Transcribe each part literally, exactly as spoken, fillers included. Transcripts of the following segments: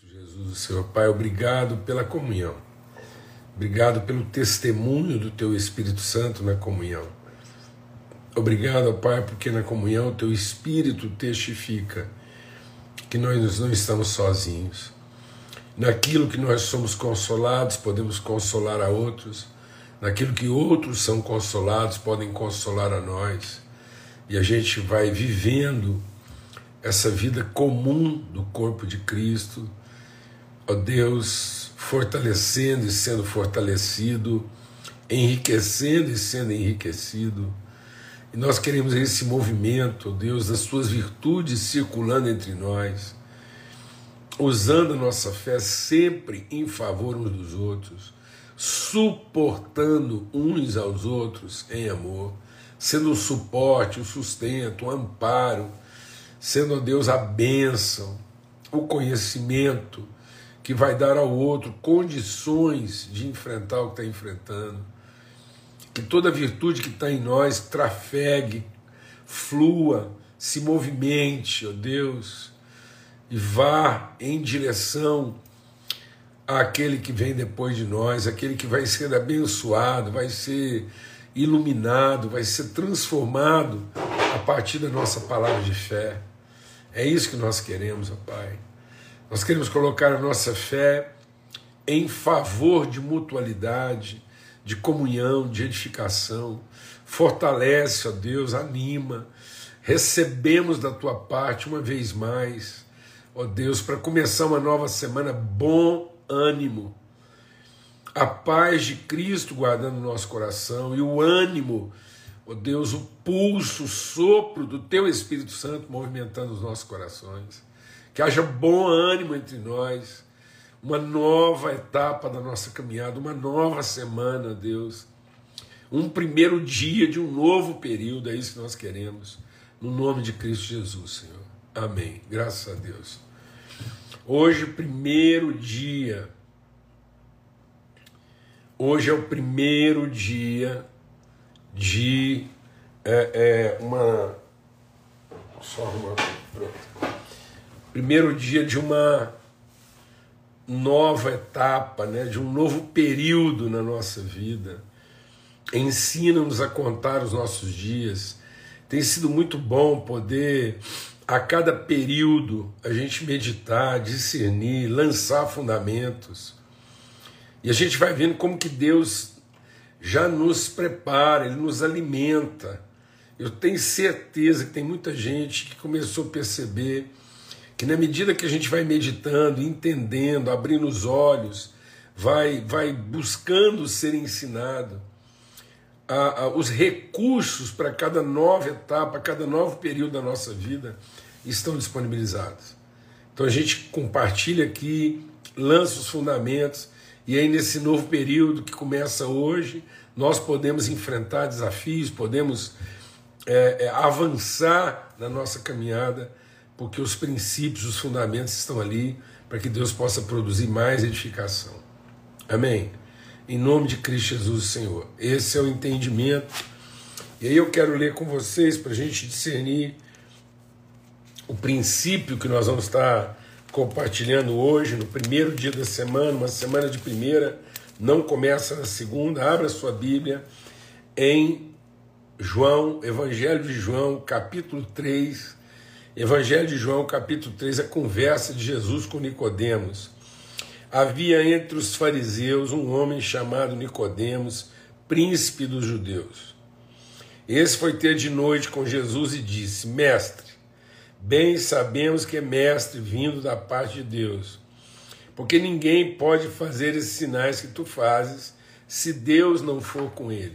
Cristo Jesus, Senhor Pai, obrigado pela comunhão. Obrigado pelo testemunho do Teu Espírito Santo na comunhão. Obrigado, Pai, porque na comunhão o Teu Espírito testifica que nós não estamos sozinhos. Naquilo que nós somos consolados, podemos consolar a outros. Naquilo que outros são consolados, podem consolar a nós. E a gente vai vivendo essa vida comum do corpo de Cristo, ó Deus, fortalecendo e sendo fortalecido, enriquecendo e sendo enriquecido. E nós queremos esse movimento, ó Deus, das Tuas virtudes circulando entre nós, usando a nossa fé sempre em favor uns dos outros, suportando uns aos outros em amor, sendo o suporte, o sustento, o amparo, sendo, ó Deus, a bênção, o conhecimento que vai dar ao outro condições de enfrentar o que está enfrentando. Que toda virtude que está em nós trafegue, flua, se movimente, ó Deus, e vá em direção àquele que vem depois de nós, aquele que vai ser abençoado, vai ser iluminado, vai ser transformado a partir da nossa palavra de fé. É isso que nós queremos, ó Pai. Nós queremos colocar a nossa fé em favor de mutualidade, de comunhão, de edificação. Fortalece, ó Deus, anima. Recebemos da Tua parte uma vez mais, ó Deus, para começar uma nova semana, bom ânimo. A paz de Cristo guardando o nosso coração e o ânimo, ó Deus, o pulso, o sopro do Teu Espírito Santo movimentando os nossos corações. Que haja bom ânimo entre nós, uma nova etapa da nossa caminhada, uma nova semana, ó Deus, um primeiro dia de um novo período, é isso que nós queremos, no nome de Cristo Jesus, Senhor. Amém. Graças a Deus. Hoje, primeiro dia, hoje é o primeiro dia de é, é, uma. Só arrumar. Pronto. Primeiro dia de uma nova etapa, né, de um novo período na nossa vida. Ensina-nos a contar os nossos dias. Tem sido muito bom poder, a cada período, a gente meditar, discernir, lançar fundamentos. E a gente vai vendo como que Deus já nos prepara, Ele nos alimenta. Eu tenho certeza que tem muita gente que começou a perceber que na medida que a gente vai meditando, entendendo, abrindo os olhos, vai, vai buscando ser ensinado, a, a, os recursos para cada nova etapa, cada novo período da nossa vida estão disponibilizados. Então a gente compartilha aqui, lança os fundamentos, e aí nesse novo período que começa hoje, nós podemos enfrentar desafios, podemos é, é, avançar na nossa caminhada, porque os princípios, os fundamentos estão ali para que Deus possa produzir mais edificação. Amém? Em nome de Cristo Jesus, Senhor. Esse é o entendimento. E aí eu quero ler com vocês para a gente discernir o princípio que nós vamos estar compartilhando hoje, no primeiro dia da semana, uma semana de primeira, não começa na segunda. Abra sua Bíblia em João, Evangelho de João, capítulo três. Evangelho de João, capítulo três, a conversa de Jesus com Nicodemos. Havia entre os fariseus um homem chamado Nicodemos, príncipe dos judeus. Esse foi ter de noite com Jesus e disse: Mestre, bem sabemos que é mestre vindo da parte de Deus, porque ninguém pode fazer esses sinais que tu fazes se Deus não for com ele.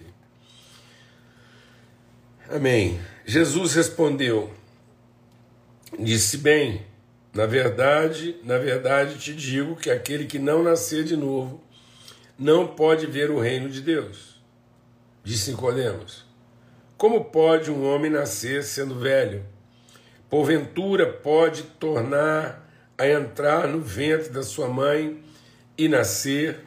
Amém. Jesus respondeu, disse bem, na verdade, na verdade te digo que aquele que não nascer de novo não pode ver o reino de Deus. Disse Nicodemos: como pode um homem nascer sendo velho? Porventura pode tornar a entrar no ventre da sua mãe e nascer?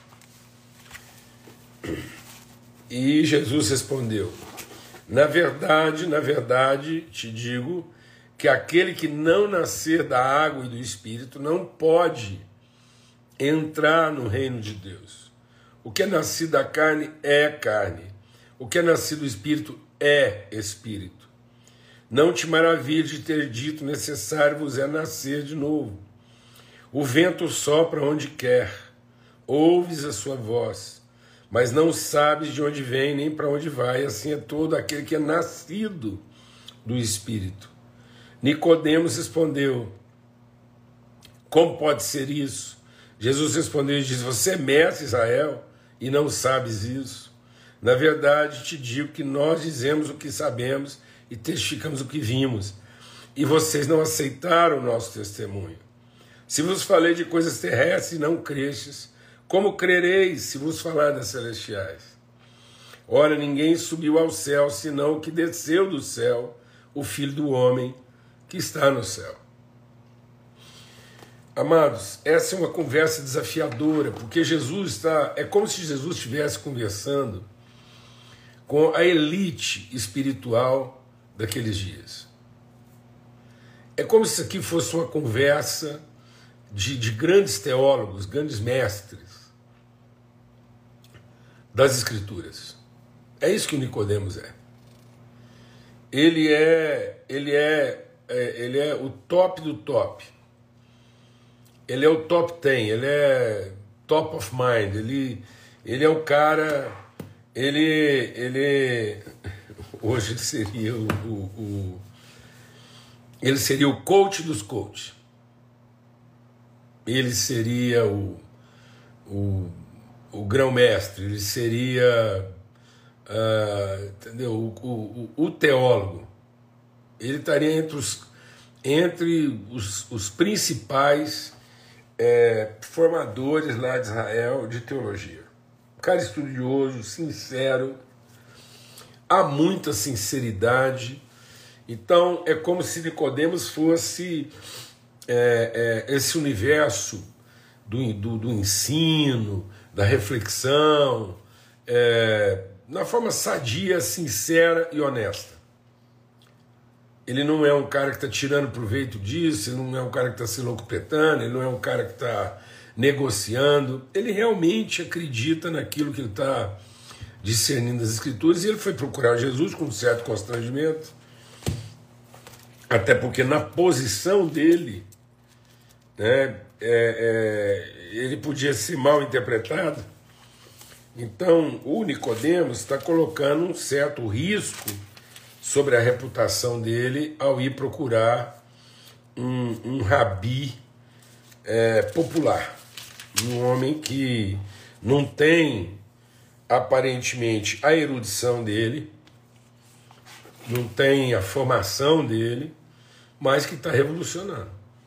E Jesus respondeu: na verdade, na verdade te digo que aquele que não nascer da água e do Espírito não pode entrar no reino de Deus. O que é nascido da carne é carne, o que é nascido do Espírito é Espírito. Não te maravilhes de ter dito, necessário vos é nascer de novo. O vento sopra onde quer, ouves a sua voz, mas não sabes de onde vem nem para onde vai. Assim é todo aquele que é nascido do Espírito. Nicodemos respondeu: como pode ser isso? Jesus respondeu e disse: você é mestre Israel e não sabes isso? Na verdade te digo que nós dizemos o que sabemos e testificamos o que vimos, e vocês não aceitaram o nosso testemunho. Se vos falei de coisas terrestres e não crestes, como crereis se vos falar das celestiais? Ora, ninguém subiu ao céu, senão o que desceu do céu, o Filho do Homem que está no céu. Amados, essa é uma conversa desafiadora, porque Jesus está... É como se Jesus estivesse conversando com a elite espiritual daqueles dias. É como se isso aqui fosse uma conversa de, de grandes teólogos, grandes mestres das Escrituras. É isso que o Nicodemos é. Ele é, ele é, é, ele é o top do top. Ele é o top ten, ele é top of mind, ele, ele é o cara, ele, ele hoje seria o, o, o ele seria o coach dos coaches. Ele seria o, o, o grão-mestre, ele seria uh, entendeu? O, o, o teólogo. Ele estaria entre os, entre os, os principais é, formadores lá de Israel de teologia. Um cara estudioso, sincero, há muita sinceridade. Então é como se Nicodemos fosse é, é, esse universo do, do, do ensino, da reflexão, é, na forma sadia, sincera e honesta. Ele não é um cara que está tirando proveito disso, ele não é um cara que está se locupletando, ele não é um cara que está negociando. Ele realmente acredita naquilo que ele está discernindo das Escrituras, e ele foi procurar Jesus com um certo constrangimento, até porque na posição dele, né, é, é, ele podia ser mal interpretado. Então o Nicodemos está colocando um certo risco sobre a reputação dele ao ir procurar um, um rabi é, popular, um homem que não tem aparentemente a erudição dele, não tem a formação dele, mas que está revolucionando.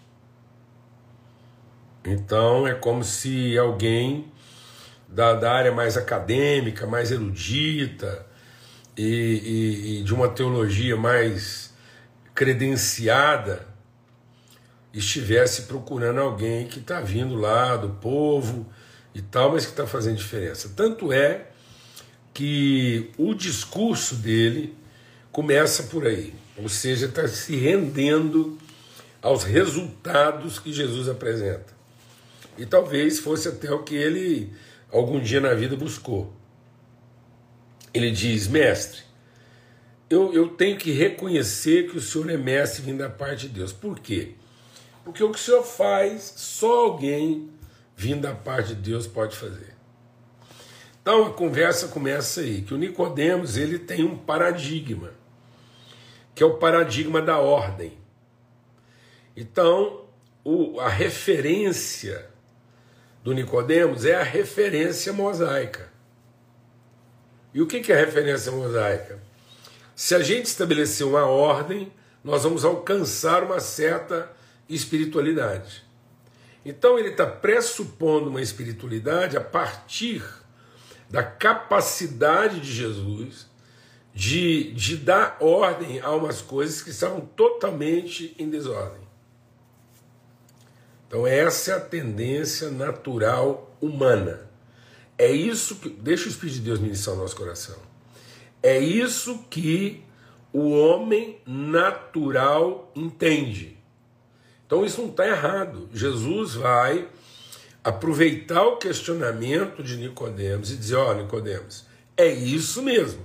Então é como se alguém da, da área mais acadêmica, mais erudita e, e, e de uma teologia mais credenciada estivesse procurando alguém que está vindo lá do povo e tal, mas que está fazendo diferença. Tanto é que o discurso dele começa por aí, ou seja, está se rendendo aos resultados que Jesus apresenta. E talvez fosse até o que ele algum dia na vida buscou. Ele diz: mestre, eu, eu tenho que reconhecer que o senhor é mestre vindo da parte de Deus. Por quê? Porque o que o senhor faz, só alguém vindo da parte de Deus pode fazer. Então a conversa começa aí, que o Nicodemos ele tem um paradigma, que é o paradigma da ordem. Então o, a referência do Nicodemos é a referência mosaica. E o que é a referência mosaica? Se a gente estabelecer uma ordem, nós vamos alcançar uma certa espiritualidade. Então ele está pressupondo uma espiritualidade a partir da capacidade de Jesus de, de dar ordem a umas coisas que estavam totalmente em desordem. Então essa é a tendência natural humana. É isso que... Deixa o Espírito de Deus ministrar o nosso coração. É isso que o homem natural entende. Então isso não está errado. Jesus vai aproveitar o questionamento de Nicodemos e dizer: ó, oh, Nicodemos, é isso mesmo.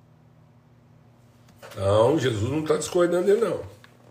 Não, Jesus não está discordando dele, não.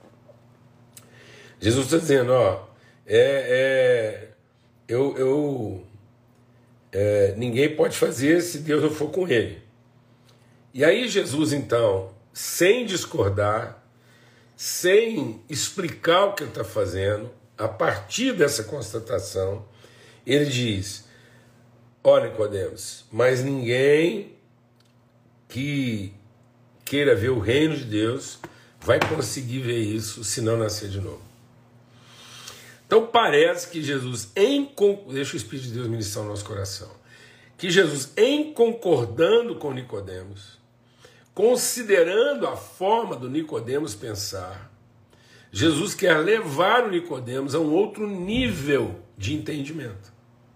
Jesus está dizendo: ó, é, é, eu, eu, é, ninguém pode fazer se Deus não for com ele. E aí Jesus, então, sem discordar, sem explicar o que ele está fazendo, a partir dessa constatação, ele diz: olha, Nicodemos, mas ninguém que queira ver o reino de Deus vai conseguir ver isso se não nascer de novo. Então parece que Jesus, em, deixa o Espírito de Deus ministrar o nosso coração, que Jesus, em concordando com Nicodemos, considerando a forma do Nicodemos pensar, Jesus quer levar o Nicodemos a um outro nível de entendimento.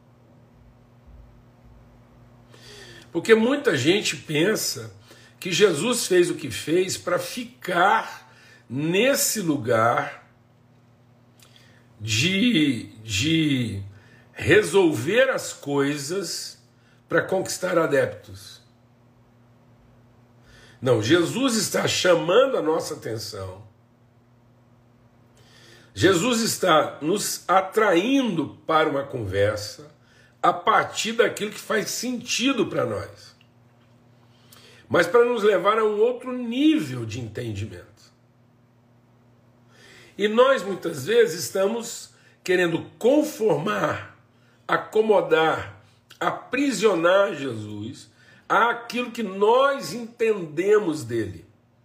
Porque muita gente pensa que Jesus fez o que fez para ficar nesse lugar de, de resolver as coisas para conquistar adeptos. Não, Jesus está chamando a nossa atenção. Jesus está nos atraindo para uma conversa a partir daquilo que faz sentido para nós, mas para nos levar a um outro nível de entendimento. E nós muitas vezes estamos querendo conformar, acomodar, aprisionar Jesus àquilo que nós entendemos dele.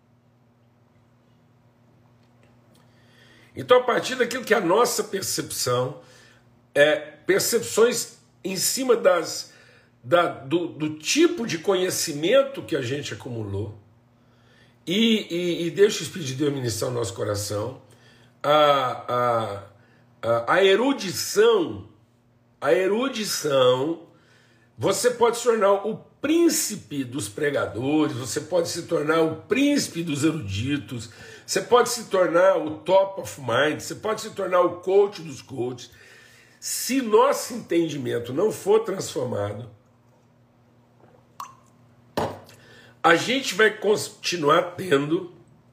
Então, a partir daquilo que é a nossa percepção, é, percepções em cima das, da, do, do tipo de conhecimento que a gente acumulou, e, e, e deixa o Espírito de Deus ministrar o nosso coração, a, a, a, a erudição, a erudição, você pode se tornar o príncipe dos pregadores, você pode se tornar o príncipe dos eruditos, você pode se tornar o top of mind, você pode se tornar o coach dos coaches. Se nosso entendimento não for transformado, a gente vai continuar tendo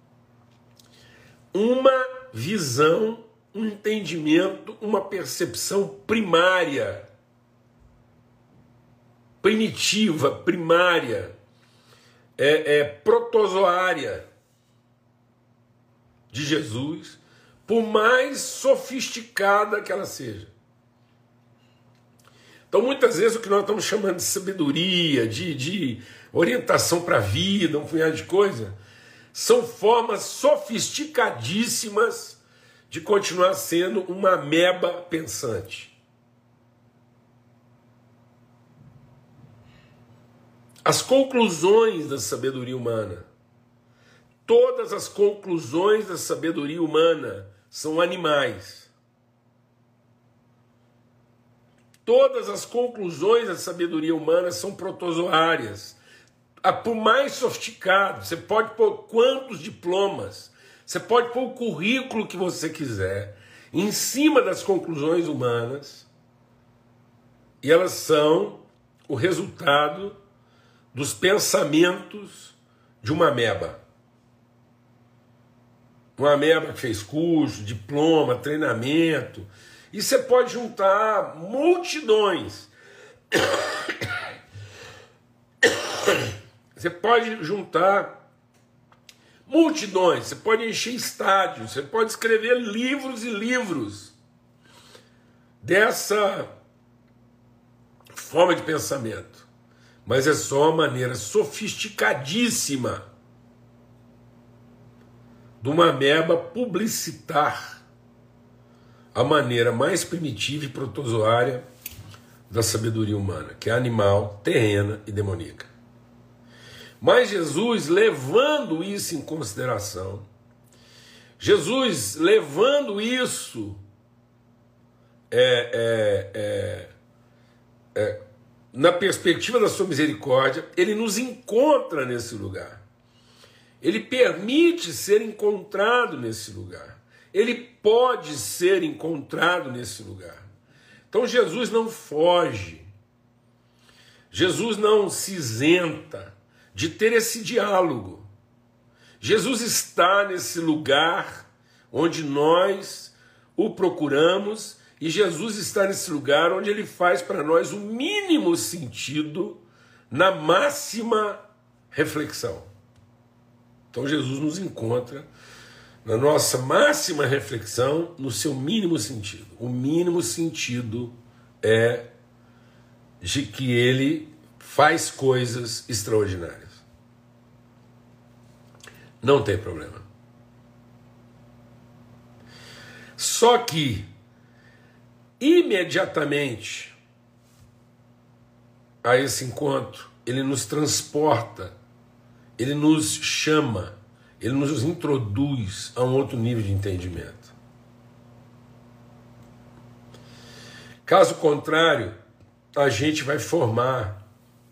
uma visão, um entendimento, uma percepção primária, primitiva, primária, é, é, protozoária de Jesus, por mais sofisticada que ela seja. Então, muitas vezes, o que nós estamos chamando de sabedoria, de, de orientação para a vida, um punhado de coisa, são formas sofisticadíssimas de continuar sendo uma ameba pensante. As conclusões da sabedoria humana, todas as conclusões da sabedoria humana são animais. Todas as conclusões da sabedoria humana são protozoárias. Por mais sofisticado, você pode pôr quantos diplomas, você pode pôr o currículo que você quiser em cima das conclusões humanas, e elas são o resultado dos pensamentos de uma ameba. Uma ameba que fez curso, diploma, treinamento. E você pode juntar multidões. Você pode juntar multidões, você pode encher estádios, você pode escrever livros e livros dessa forma de pensamento. Mas é só uma maneira sofisticadíssima de uma ameba publicitar a maneira mais primitiva e protozoária da sabedoria humana, que é animal, terrena e demoníaca. Mas Jesus, levando isso em consideração, Jesus levando isso é, é, é, é, na perspectiva da sua misericórdia, ele nos encontra nesse lugar. ele permite ser encontrado nesse lugar. Ele pode ser encontrado nesse lugar. Então Jesus não foge. Jesus não se isenta de ter esse diálogo. Jesus está nesse lugar onde nós o procuramos, e Jesus está nesse lugar onde ele faz para nós o mínimo sentido na máxima reflexão. Então Jesus nos encontra na nossa máxima reflexão, no seu mínimo sentido. O mínimo sentido é de que ele faz coisas extraordinárias. Não tem problema. Só que, imediatamente a esse encontro, ele nos transporta, ele nos chama, ele nos introduz a um outro nível de entendimento. Caso contrário, a gente vai formar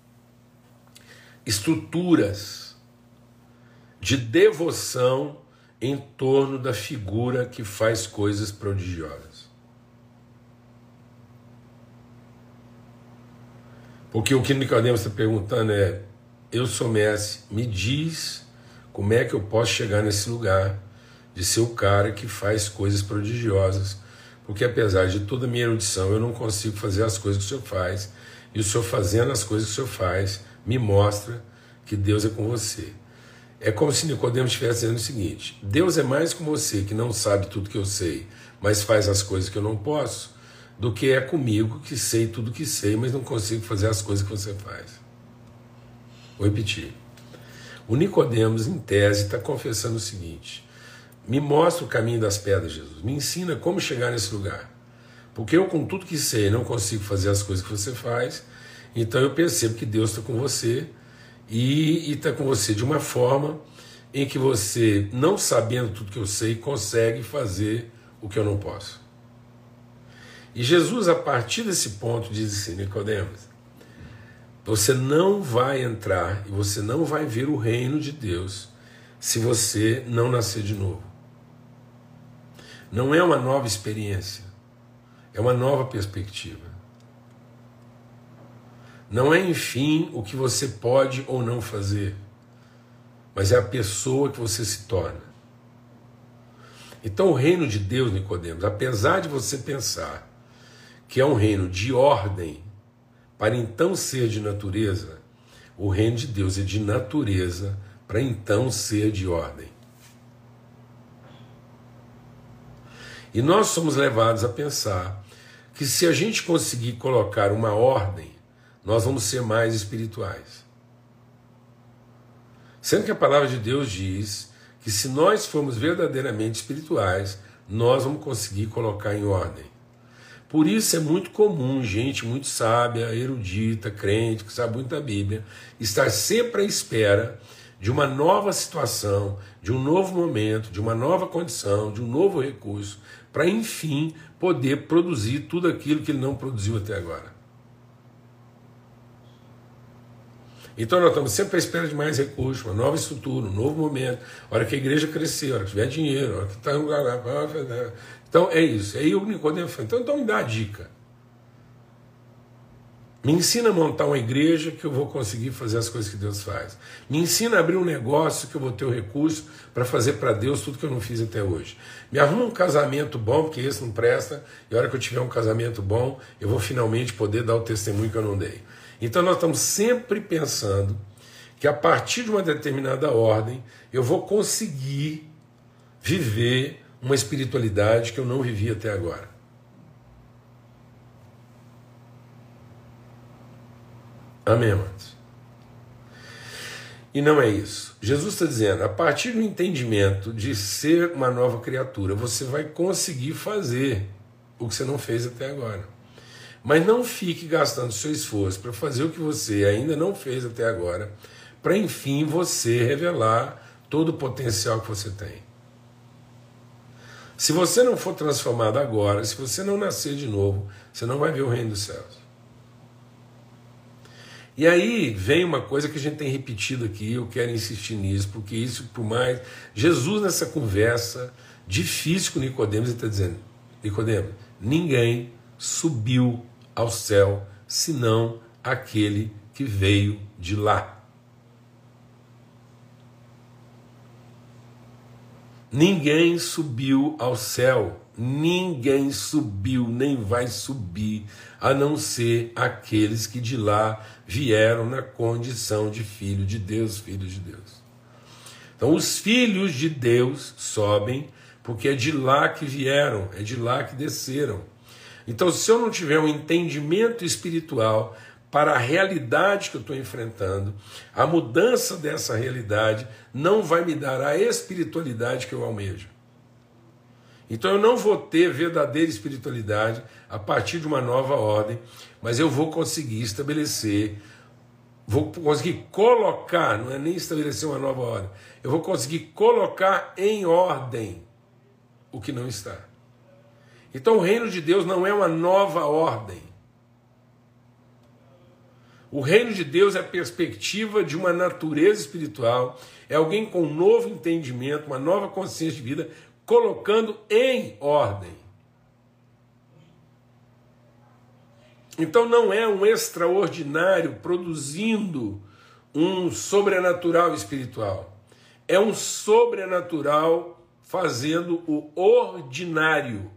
estruturas de devoção em torno da figura que faz coisas prodigiosas. Porque o que Nicodemos está perguntando é: eu sou mestre, me diz como é que eu posso chegar nesse lugar de ser o cara que faz coisas prodigiosas, porque apesar de toda a minha erudição, eu não consigo fazer as coisas que o Senhor faz, e o Senhor fazendo as coisas que o Senhor faz, me mostra que Deus é com você. É como se Nicodemos estivesse dizendo o seguinte: Deus é mais com você, que não sabe tudo que eu sei, mas faz as coisas que eu não posso, do que é comigo, que sei tudo que sei, mas não consigo fazer as coisas que você faz. Vou repetir. O Nicodemos, em tese, está confessando o seguinte: me mostra o caminho das pedras, Jesus. Me ensina como chegar nesse lugar. Porque eu, com tudo que sei, não consigo fazer as coisas que você faz, então eu percebo que Deus está com você, e está com você de uma forma em que você, não sabendo tudo que eu sei, consegue fazer o que eu não posso. E Jesus, a partir desse ponto, diz assim: Nicodemos, você não vai entrar e você não vai ver o reino de Deus se você não nascer de novo. Não é uma nova experiência, é uma nova perspectiva. Não é, enfim, o que você pode ou não fazer, mas é a pessoa que você se torna. Então o reino de Deus, Nicodemos, apesar de você pensar que é um reino de ordem, para então ser de natureza, o reino de Deus é de natureza para então ser de ordem. E nós somos levados a pensar que se a gente conseguir colocar uma ordem, nós vamos ser mais espirituais. Sendo que a palavra de Deus diz que se nós formos verdadeiramente espirituais, nós vamos conseguir colocar em ordem. Por isso é muito comum gente muito sábia, erudita, crente, que sabe muito da Bíblia, estar sempre à espera de uma nova situação, de um novo momento, de uma nova condição, de um novo recurso, para enfim poder produzir tudo aquilo que ele não produziu até agora. Então nós estamos sempre à espera de mais recursos, uma nova estrutura, um novo momento, a hora que a igreja crescer, a hora que tiver dinheiro, a hora que está no lugar lá. Então é isso. Aí o Nicodemos falou: então, então me dá a dica. Me ensina a montar uma igreja que eu vou conseguir fazer as coisas que Deus faz. Me ensina a abrir um negócio que eu vou ter o recurso para fazer para Deus tudo que eu não fiz até hoje. Me arruma um casamento bom, porque esse não presta, e a hora que eu tiver um casamento bom, eu vou finalmente poder dar o testemunho que eu não dei. Então nós estamos sempre pensando que a partir de uma determinada ordem eu vou conseguir viver uma espiritualidade que eu não vivi até agora. Amém, amados? E não é isso. Jesus está dizendo: a partir do entendimento de ser uma nova criatura, você vai conseguir fazer o que você não fez até agora. Mas não fique gastando seu esforço para fazer o que você ainda não fez até agora, para enfim você revelar todo o potencial que você tem. Se você não for transformado agora, se você não nascer de novo, você não vai ver o reino dos céus. E aí vem uma coisa que a gente tem repetido aqui, eu quero insistir nisso, porque isso, por mais... Jesus, nessa conversa difícil com Nicodemos, ele está dizendo, Nicodemos, ninguém subiu ao céu, senão aquele que veio de lá. Ninguém subiu ao céu, ninguém subiu, nem vai subir, a não ser aqueles que de lá vieram na condição de filho de Deus, filhos de Deus. Então os filhos de Deus sobem, porque é de lá que vieram, é de lá que desceram. Então, se eu não tiver um entendimento espiritual para a realidade que eu estou enfrentando, a mudança dessa realidade não vai me dar a espiritualidade que eu almejo. Então eu não vou ter verdadeira espiritualidade a partir de uma nova ordem, mas eu vou conseguir estabelecer, vou conseguir colocar, não é nem estabelecer uma nova ordem, eu vou conseguir colocar em ordem o que não está. Então o reino de Deus não é uma nova ordem. O reino de Deus é a perspectiva de uma natureza espiritual, é alguém com um novo entendimento, uma nova consciência de vida, colocando em ordem. Então não é um extraordinário produzindo um sobrenatural espiritual. É um sobrenatural fazendo o ordinário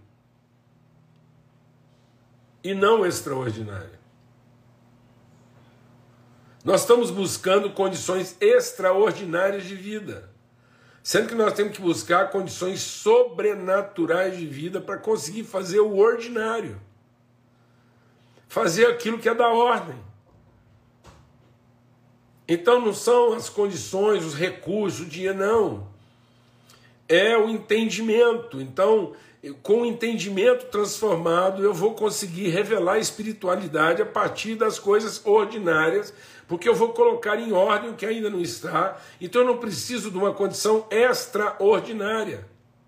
e não o extraordinário. Nós estamos buscando condições extraordinárias de vida, sendo que nós temos que buscar condições sobrenaturais de vida para conseguir fazer o ordinário, fazer aquilo que é da ordem. Então não são as condições, os recursos, o dinheiro, não. É o entendimento. Então, com o entendimento transformado, eu vou conseguir revelar a espiritualidade a partir das coisas ordinárias, porque eu vou colocar em ordem o que ainda não está. Então eu não preciso de uma condição extraordinária.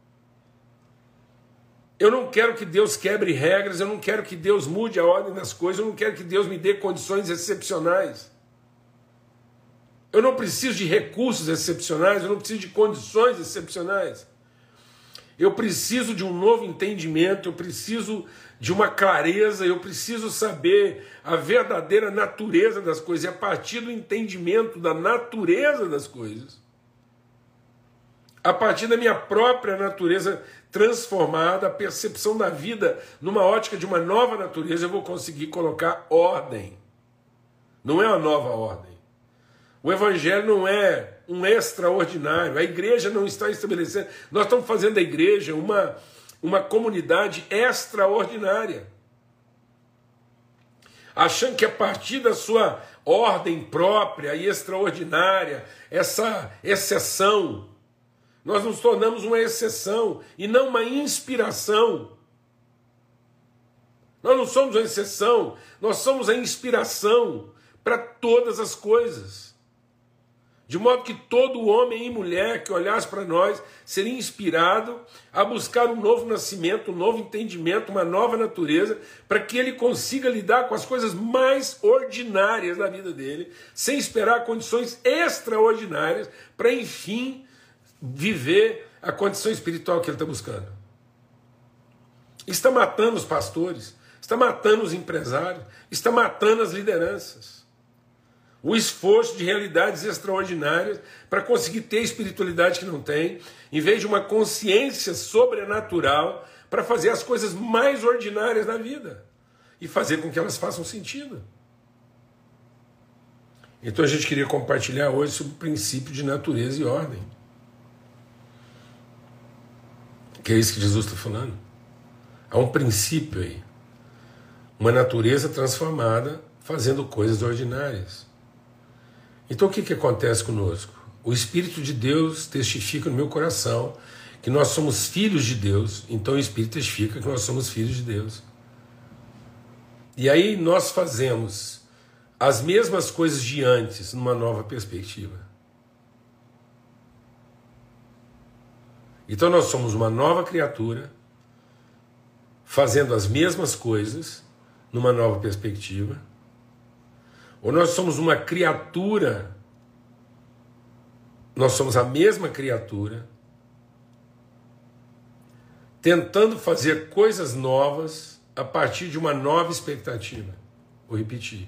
Eu não quero que Deus quebre regras, eu não quero que Deus mude a ordem das coisas, eu não quero que Deus me dê condições excepcionais. Eu não preciso de recursos excepcionais, eu não preciso de condições excepcionais. Eu preciso de um novo entendimento, eu preciso de uma clareza, eu preciso saber a verdadeira natureza das coisas. E a partir do entendimento da natureza das coisas, a partir da minha própria natureza transformada, a percepção da vida numa ótica de uma nova natureza, eu vou conseguir colocar ordem. Não é uma nova ordem. O evangelho não é um extraordinário. A igreja não está estabelecendo. Nós estamos fazendo da igreja uma, uma comunidade extraordinária, achando que a partir da sua ordem própria e extraordinária, essa exceção, nós nos tornamos uma exceção e não uma inspiração. Nós não somos uma exceção, nós somos a inspiração para todas as coisas. De modo que todo homem e mulher que olhasse para nós seria inspirado a buscar um novo nascimento, um novo entendimento, uma nova natureza, para que ele consiga lidar com as coisas mais ordinárias da vida dele, sem esperar condições extraordinárias, para enfim viver a condição espiritual que ele está buscando. Está matando os pastores, está matando os empresários, está matando as lideranças. O esforço de realidades extraordinárias para conseguir ter a espiritualidade que não tem, em vez de uma consciência sobrenatural para fazer as coisas mais ordinárias da vida e fazer com que elas façam sentido. Então a gente queria compartilhar hoje sobre o princípio de natureza e ordem. Que é isso que Jesus está falando. Há um princípio aí. Uma natureza transformada fazendo coisas ordinárias. Então o que, que acontece conosco? O Espírito de Deus testifica no meu coração que nós somos filhos de Deus, então o Espírito testifica que nós somos filhos de Deus. E aí nós fazemos as mesmas coisas de antes numa nova perspectiva. Então nós somos uma nova criatura fazendo as mesmas coisas numa nova perspectiva. Ou nós somos uma criatura, nós somos a mesma criatura, tentando fazer coisas novas a partir de uma nova expectativa. Vou repetir.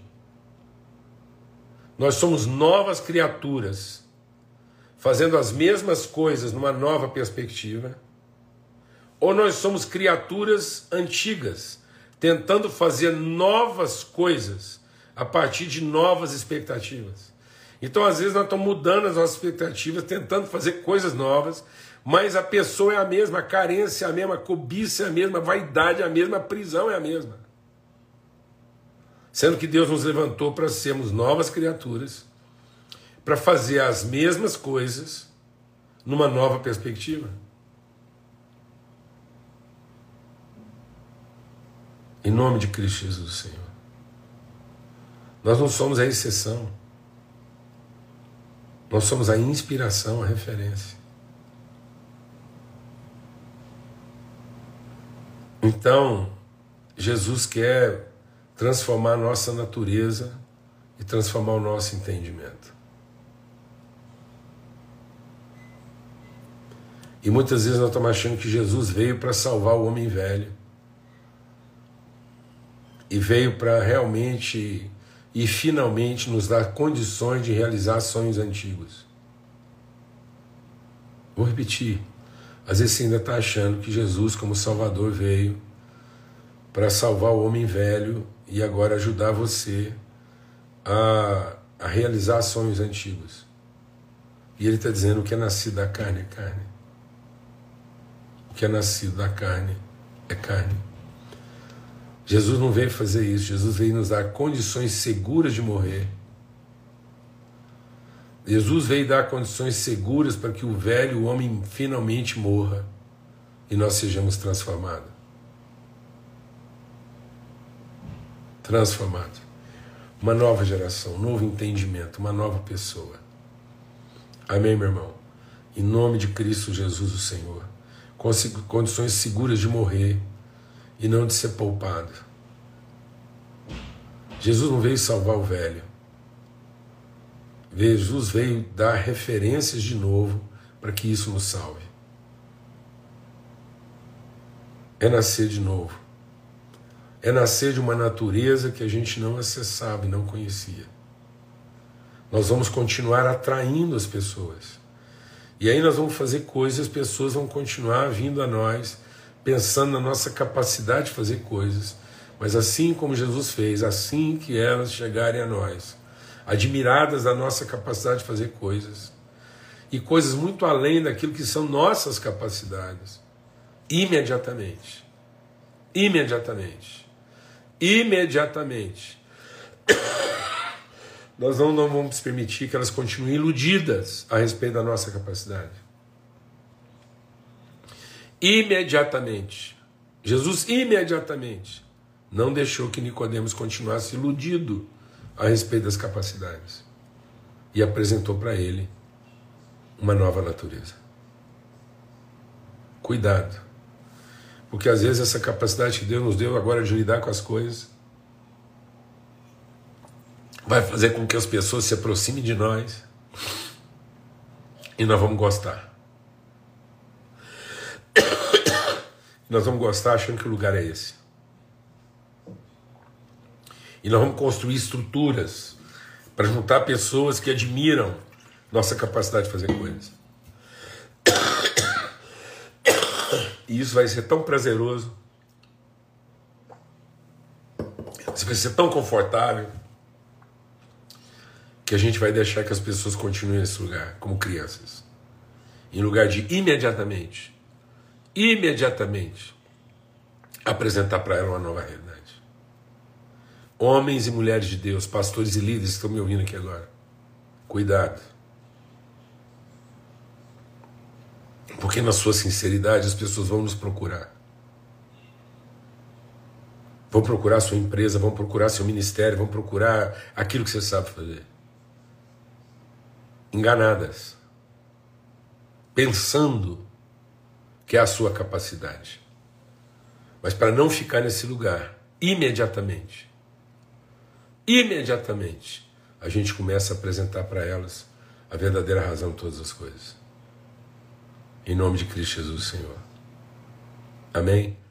Nós somos novas criaturas, fazendo as mesmas coisas numa nova perspectiva, ou nós somos criaturas antigas, tentando fazer novas coisas a partir de novas expectativas. Então, às vezes, nós estamos mudando as nossas expectativas, tentando fazer coisas novas, mas a pessoa é a mesma, a carência é a mesma, a cobiça é a mesma, a vaidade é a mesma, a prisão é a mesma. Sendo que Deus nos levantou para sermos novas criaturas, para fazer as mesmas coisas numa nova perspectiva. Em nome de Cristo Jesus, Senhor. Nós não somos a exceção. Nós somos a inspiração, a referência. Então, Jesus quer transformar a nossa natureza e transformar o nosso entendimento. E muitas vezes nós estamos achando que Jesus veio para salvar o homem velho. E veio para realmente e finalmente nos dar condições de realizar sonhos antigos. Vou repetir. Às vezes você ainda está achando que Jesus, como Salvador, veio para salvar o homem velho e agora ajudar você a, a realizar sonhos antigos. E ele está dizendo: o que é nascido da carne é carne. O que é nascido da carne é carne. Jesus não veio fazer isso. Jesus veio nos dar condições seguras de morrer. Jesus veio dar condições seguras para que o velho, o homem, finalmente morra e nós sejamos transformados. Transformados. Uma nova geração, um novo entendimento, uma nova pessoa. Amém, meu irmão? Em nome de Cristo Jesus, o Senhor. Condições seguras de morrer e não de ser poupado. Jesus não veio salvar o velho. Jesus veio dar referências de novo para que isso nos salve. É nascer de novo. É nascer de uma natureza que a gente não acessava e não conhecia. Nós vamos continuar atraindo as pessoas. E aí nós vamos fazer coisas, as pessoas vão continuar vindo a nós, pensando na nossa capacidade de fazer coisas, mas assim como Jesus fez, assim que elas chegarem a nós, admiradas da nossa capacidade de fazer coisas, e coisas muito além daquilo que são nossas capacidades, imediatamente, imediatamente, imediatamente, nós não, não vamos permitir que elas continuem iludidas a respeito da nossa capacidade. Imediatamente, Jesus imediatamente não deixou que Nicodemos continuasse iludido a respeito das capacidades e apresentou para ele uma nova natureza. Cuidado, porque às vezes essa capacidade que Deus nos deu agora de lidar com as coisas vai fazer com que as pessoas se aproximem de nós e nós vamos gostar. Nós vamos gostar achando que o lugar é esse. E nós vamos construir estruturas para juntar pessoas que admiram nossa capacidade de fazer coisas. E isso vai ser tão prazeroso. Isso vai ser tão confortável que a gente vai deixar que as pessoas continuem nesse lugar, como crianças. Em lugar de imediatamente, imediatamente, apresentar para ela uma nova realidade. Homens e mulheres de Deus, pastores e líderes que estão me ouvindo aqui agora, cuidado. Porque na sua sinceridade as pessoas vão nos procurar. Vão procurar sua empresa, vão procurar seu ministério, vão procurar aquilo que você sabe fazer. Enganadas, pensando que é a sua capacidade. Mas para não ficar nesse lugar, imediatamente, imediatamente, a gente começa a apresentar para elas a verdadeira razão de todas as coisas. Em nome de Cristo Jesus, Senhor. Amém?